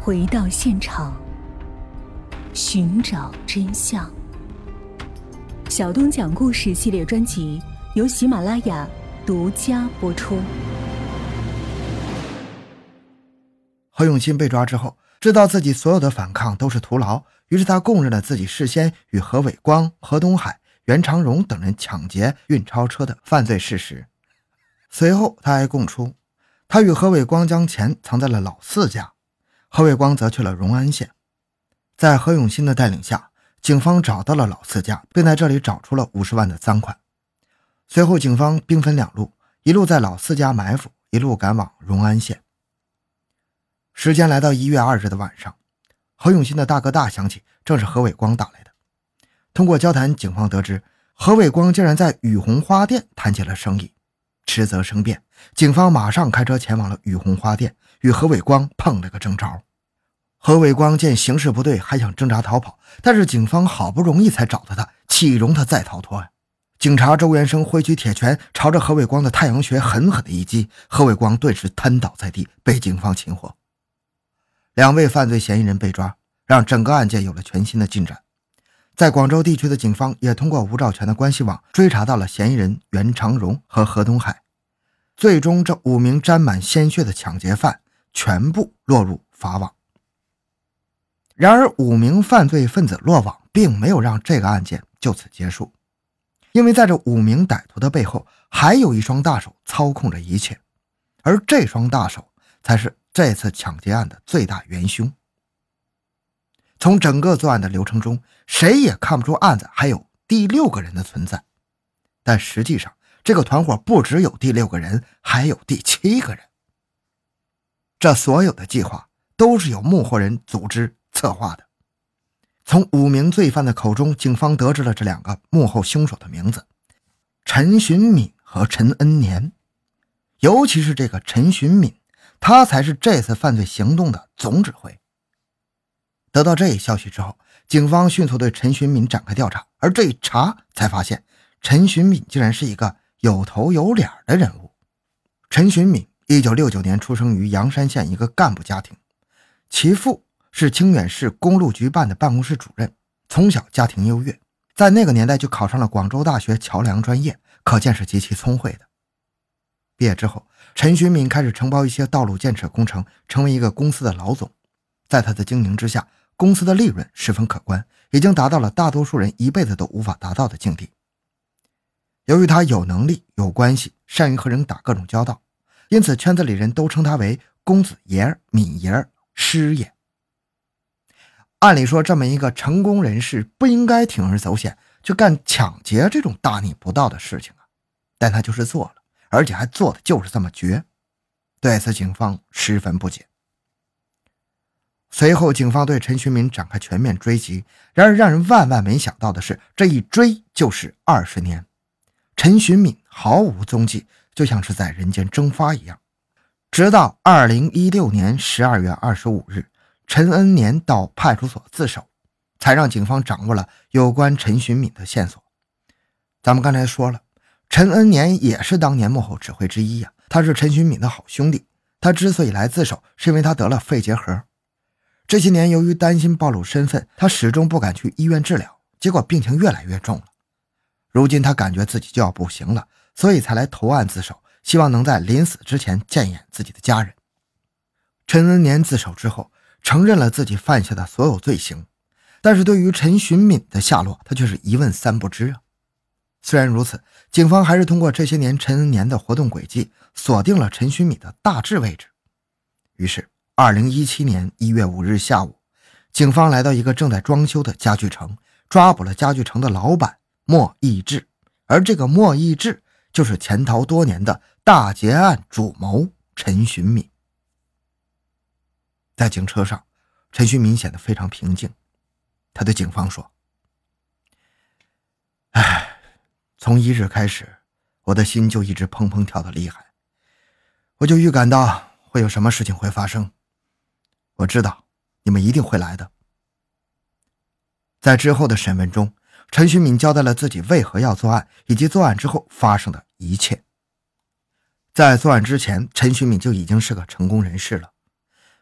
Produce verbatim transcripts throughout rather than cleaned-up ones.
回到现场，寻找真相。小东讲故事系列专辑由喜马拉雅独家播出。 何永新被抓之后，知道自己所有的反抗都是徒劳，于是他供认了自己事先与何伟光、何东海、袁长荣等人抢劫运钞车的犯罪事实。随后他还供出，他与何伟光将钱藏在了老四家，何伟光则去了荣安县。在何永新的带领下，警方找到了老四家，并在这里找出了五十万的赃款。随后警方兵分两路，一路在老四家埋伏，一路赶往荣安县。时间来到一月二日的晚上，何永新的大哥大响起，正是何伟光打来的。通过交谈，警方得知何伟光竟然在雨红花店谈起了生意。迟则生变，警方马上开车前往了雨红花店，与何伟光碰了个正着。何伟光见形势不对，还想挣扎逃跑，但是警方好不容易才找到他，岂容他再逃脱啊！警察周元生挥起铁拳，朝着何伟光的太阳穴狠狠的一击，何伟光顿时瘫倒在地，被警方擒获。两位犯罪嫌疑人被抓，让整个案件有了全新的进展。在广州地区的警方也通过吴兆全的关系网追查到了嫌疑人袁长荣和何东海，最终这五名沾满鲜血的抢劫犯全部落入法网。然而五名犯罪分子落网并没有让这个案件就此结束，因为在这五名歹徒的背后还有一双大手操控着一切，而这双大手才是这次抢劫案的最大元凶。从整个作案的流程中，谁也看不出案子还有第六个人的存在，但实际上这个团伙不只有第六个人，还有第七个人。这所有的计划都是由幕后人组织策划的。从五名罪犯的口中，警方得知了这两个幕后凶手的名字：陈寻敏和陈恩年。尤其是这个陈寻敏，他才是这次犯罪行动的总指挥。得到这一消息之后，警方迅速对陈寻敏展开调查，而这一查才发现陈寻敏竟然是一个有头有脸的人物。陈寻敏一九六九年出生于阳山县一个干部家庭，其父是清远市公路局办的办公室主任，从小家庭优越，在那个年代就考上了广州大学桥梁专业，可见是极其聪慧的。毕业之后，陈寻敏开始承包一些道路建设工程，成为一个公司的老总。在他的经营之下，公司的利润十分可观，已经达到了大多数人一辈子都无法达到的境地。由于他有能力、有关系，善于和人打各种交道，因此圈子里人都称他为公子爷儿、敏爷儿、师爷。按理说，这么一个成功人士不应该铤而走险去干抢劫这种大逆不道的事情啊，但他就是做了，而且还做的就是这么绝。对此警方十分不解。随后警方对陈寻敏展开全面追击，然而让人万万没想到的是，这一追就是二十年。陈寻敏毫无踪迹，就像是在人间蒸发一样。直到二零一六年十二月二十五日，陈恩年到派出所自首，才让警方掌握了有关陈寻敏的线索。咱们刚才说了，陈恩年也是当年幕后指挥之一啊，他是陈寻敏的好兄弟。他之所以来自首，是因为他得了肺结核。这些年由于担心暴露身份，他始终不敢去医院治疗，结果病情越来越重了。如今他感觉自己就要不行了，所以才来投案自首，希望能在临死之前见一眼自己的家人。陈恩年自首之后，承认了自己犯下的所有罪行，但是对于陈寻敏的下落，他却是一问三不知啊。虽然如此，警方还是通过这些年陈恩年的活动轨迹，锁定了陈寻敏的大致位置。于是二零一七年一月五日下午，警方来到一个正在装修的家具城，抓捕了家具城的老板莫义志，而这个莫义志就是潜逃多年的大劫案主谋陈寻敏。在警车上，陈寻敏显得非常平静，他对警方说：唉，从一日开始，我的心就一直砰砰跳得厉害，我就预感到会有什么事情会发生。我知道你们一定会来的。在之后的审问中，陈寻敏交代了自己为何要作案，以及作案之后发生的一切。在作案之前，陈寻敏就已经是个成功人士了。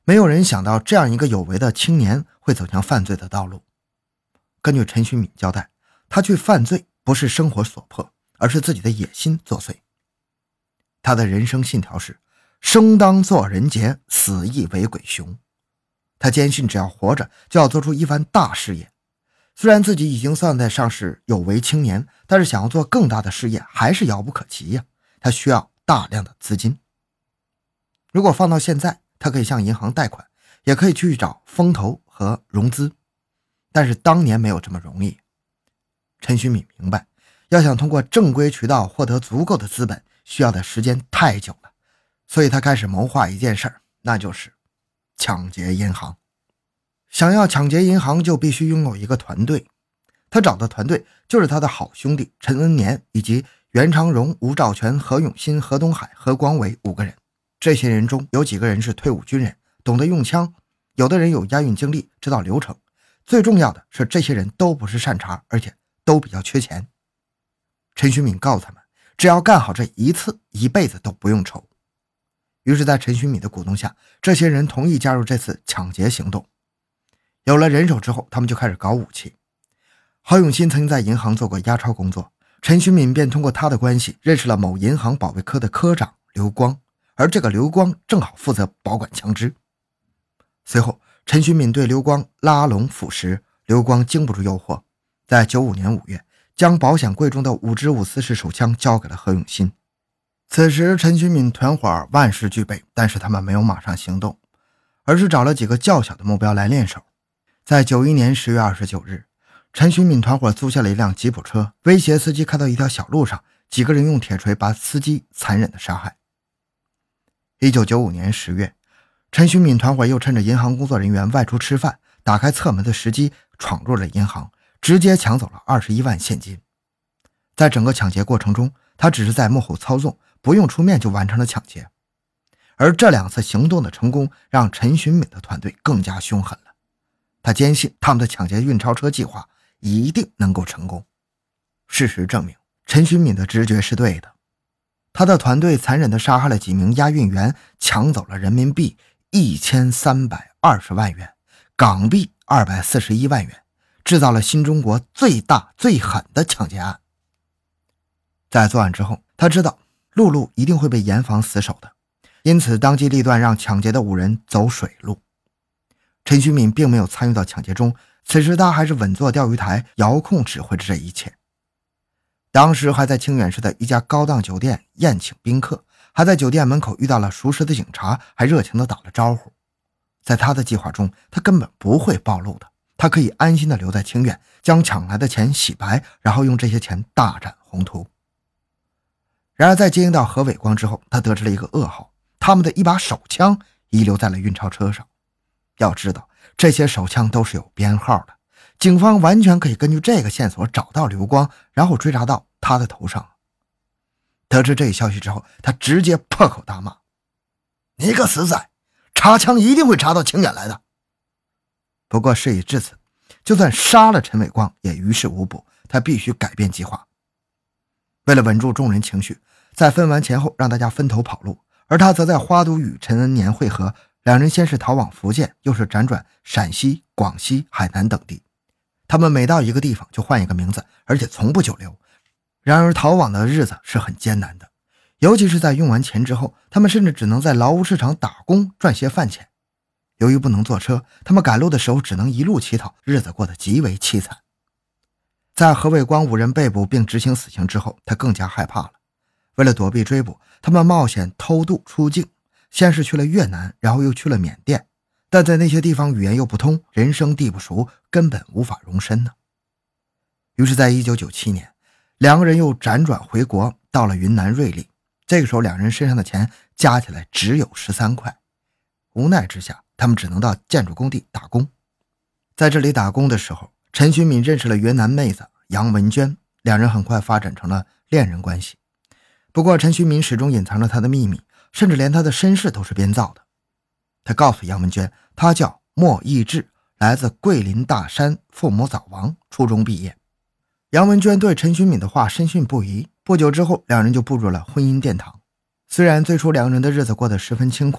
没有人想到这样一个有为的青年会走向犯罪的道路。根据陈寻敏交代，他去犯罪不是生活所迫，而是自己的野心作祟。他的人生信条是生当作人杰，死亦为鬼雄。他坚信只要活着就要做出一番大事业。虽然自己已经算得上是有为青年，但是想要做更大的事业还是遥不可及呀。他需要大量的资金。如果放到现在，他可以向银行贷款，也可以去找风投和融资，但是当年没有这么容易。陈寻敏明白，要想通过正规渠道获得足够的资本，需要的时间太久了，所以他开始谋划一件事，那就是抢劫银行。想要抢劫银行，就必须拥有一个团队。他找的团队就是他的好兄弟陈恩年以及袁长荣、吴兆全、何永新、何东海、何光伟五个人。这些人中有几个人是退伍军人，懂得用枪，有的人有押运经历，知道流程。最重要的是，这些人都不是善茬，而且都比较缺钱。陈寻敏告诉他们，只要干好这一次，一辈子都不用愁。于是在陈寻敏的鼓动下，这些人同意加入这次抢劫行动。有了人手之后，他们就开始搞武器。何永新曾经在银行做过押钞工作，陈寻敏便通过他的关系认识了某银行保卫科的科长刘光，而这个刘光正好负责保管枪支。随后陈寻敏对刘光拉拢腐蚀，刘光经不住诱惑，在九五年五月将保险柜中的五支五四式手枪交给了何永新。此时陈寻敏团伙万事俱备，但是他们没有马上行动，而是找了几个较小的目标来练手。在九一年十月二十九日，陈寻敏团伙租下了一辆吉普车，威胁司机开到一条小路上，几个人用铁锤把司机残忍的杀害。一九九五年十月，陈寻敏团伙又趁着银行工作人员外出吃饭，打开侧门的时机闯入了银行，直接抢走了二十一万现金。在整个抢劫过程中，他只是在幕后操纵，不用出面就完成了抢劫。而这两次行动的成功，让陈寻敏的团队更加凶狠了。他坚信他们的抢劫运钞车计划一定能够成功。事实证明，陈寻敏的直觉是对的。他的团队残忍地杀害了几名押运员，抢走了人民币一千三百二十万元，港币二百四十一万元，制造了新中国最大最狠的抢劫案。在作案之后，他知道陆路一定会被严防死守的，因此当机立断让抢劫的五人走水路。陈寻敏并没有参与到抢劫中，此时他还是稳坐钓鱼台，遥控指挥着这一切。当时还在清远市的一家高档酒店宴请宾客，还在酒店门口遇到了熟识的警察，还热情地打了招呼。在他的计划中，他根本不会暴露的，他可以安心地留在清远，将抢来的钱洗白，然后用这些钱大展宏图。然而在接应到何伟光之后，他得知了一个噩耗，他们的一把手枪遗留在了运钞车上。要知道，这些手枪都是有编号的，警方完全可以根据这个线索找到刘光，然后追查到他的头上。得知这一消息之后，他直接破口大骂：你个死崽，查枪一定会查到清远来的。不过事已至此，就算杀了陈伟光也于事无补，他必须改变计划。为了稳住众人情绪，在分完钱后让大家分头跑路，而他则在花都与陈恩年会合，两人先是逃往福建，又是辗转陕西、广西、海南等地。他们每到一个地方就换一个名字，而且从不久留。然而逃往的日子是很艰难的，尤其是在用完钱之后，他们甚至只能在劳务市场打工赚些饭钱。由于不能坐车，他们赶路的时候只能一路乞讨，日子过得极为凄惨。在何伟光五人被捕并执行死刑之后，他更加害怕了。为了躲避追捕，他们冒险偷渡出境，先是去了越南，然后又去了缅甸，但在那些地方语言又不通，人生地不熟，根本无法容身呢。于是在一九九七年，两个人又辗转回国，到了云南瑞丽。这个时候两人身上的钱加起来只有十三块，无奈之下他们只能到建筑工地打工。在这里打工的时候，陈寻敏认识了越南妹子杨文娟，两人很快发展成了恋人关系。不过陈寻敏始终隐藏着他的秘密，甚至连他的身世都是编造的。他告诉杨文娟，他叫莫义志，来自桂林大山，父母早亡，初中毕业。杨文娟对陈寻敏的话深信不疑，不久之后两人就步入了婚姻殿堂。虽然最初两人的日子过得十分清苦，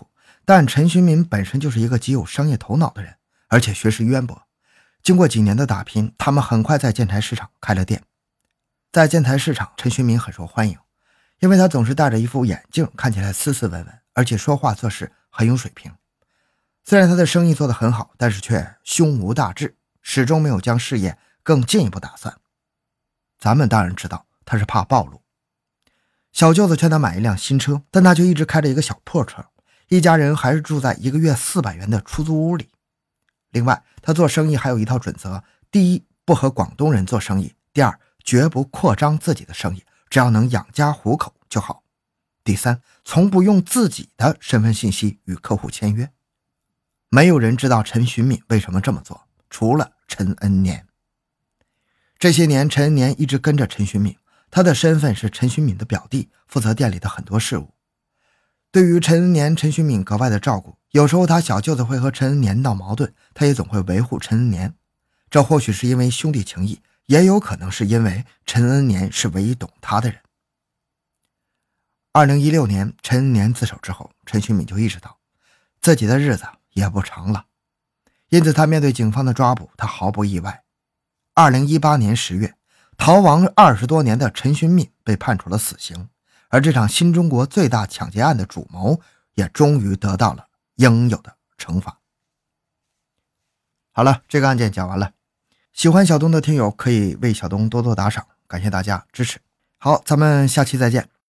但陈寻民本身就是一个极有商业头脑的人，而且学识渊博。经过几年的打拼，他们很快在建材市场开了店。在建材市场，陈寻民很受欢迎，因为他总是戴着一副眼镜，看起来斯斯文文，而且说话做事很有水平。虽然他的生意做得很好，但是却胸无大志，始终没有将事业更进一步打算。咱们当然知道他是怕暴露。小舅子劝他买一辆新车，但他却一直开着一个小破车，一家人还是住在一个月四百元的出租屋里。另外，他做生意还有一套准则：第一，不和广东人做生意；第二，绝不扩张自己的生意，只要能养家糊口就好；第三，从不用自己的身份信息与客户签约。没有人知道陈寻敏为什么这么做，除了陈恩年。这些年，陈恩年一直跟着陈寻敏，他的身份是陈寻敏的表弟，负责店里的很多事务。对于陈恩年，陈寻敏格外的照顾，有时候他小舅子会和陈恩年闹矛盾，他也总会维护陈恩年。这或许是因为兄弟情谊，也有可能是因为陈恩年是唯一懂他的人。二零一六年，陈恩年自首之后，陈寻敏就意识到自己的日子也不长了，因此他面对警方的抓捕，他毫不意外。二零一八年十月，逃亡二十多年的陈寻敏被判处了死刑，而这场新中国最大抢劫案的主谋也终于得到了应有的惩罚。好了，这个案件讲完了。喜欢小东的听友可以为小东多多打赏，感谢大家支持。好，咱们下期再见。